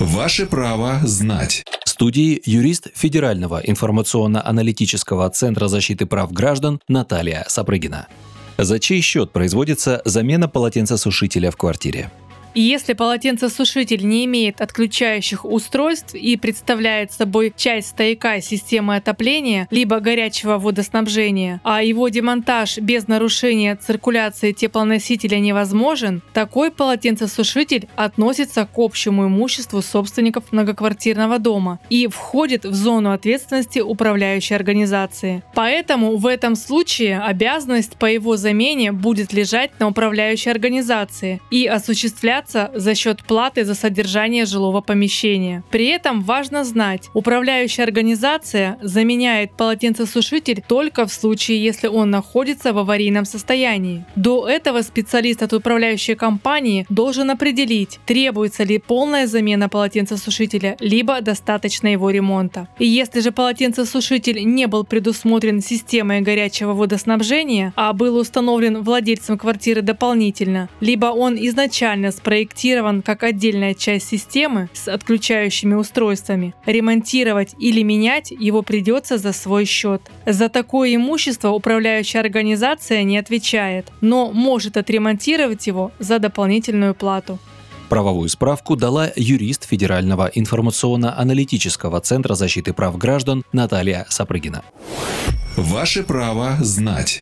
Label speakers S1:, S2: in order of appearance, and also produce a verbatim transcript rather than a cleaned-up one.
S1: Ваше право знать.
S2: В студии юрист Федерального информационно-аналитического центра защиты прав граждан Наталья Сапрыгина. За чей счет производится замена полотенцесушителя в квартире?
S3: Если полотенцесушитель не имеет отключающих устройств и представляет собой часть стояка системы отопления либо горячего водоснабжения, а его демонтаж без нарушения циркуляции теплоносителя невозможен, такой полотенцесушитель относится к общему имуществу собственников многоквартирного дома и входит в зону ответственности управляющей организации. Поэтому в этом случае обязанность по его замене будет лежать на управляющей организации и осуществляться за счет платы за содержание жилого помещения. При этом важно знать, управляющая организация заменяет полотенцесушитель только в случае, если он находится в аварийном состоянии. До этого специалист от управляющей компании должен определить, требуется ли полная замена полотенцесушителя, либо достаточно его ремонта. И если же полотенцесушитель не был предусмотрен системой горячего водоснабжения, а был установлен владельцем квартиры дополнительно, либо он изначально спроектирован как отдельная часть системы с отключающими устройствами, ремонтировать или менять его придется за свой счет. За такое имущество управляющая организация не отвечает, но может отремонтировать его за дополнительную плату.
S2: Правовую справку дала юрист Федерального информационно-аналитического центра защиты прав граждан Наталья Сапрыгина.
S1: Ваше право знать.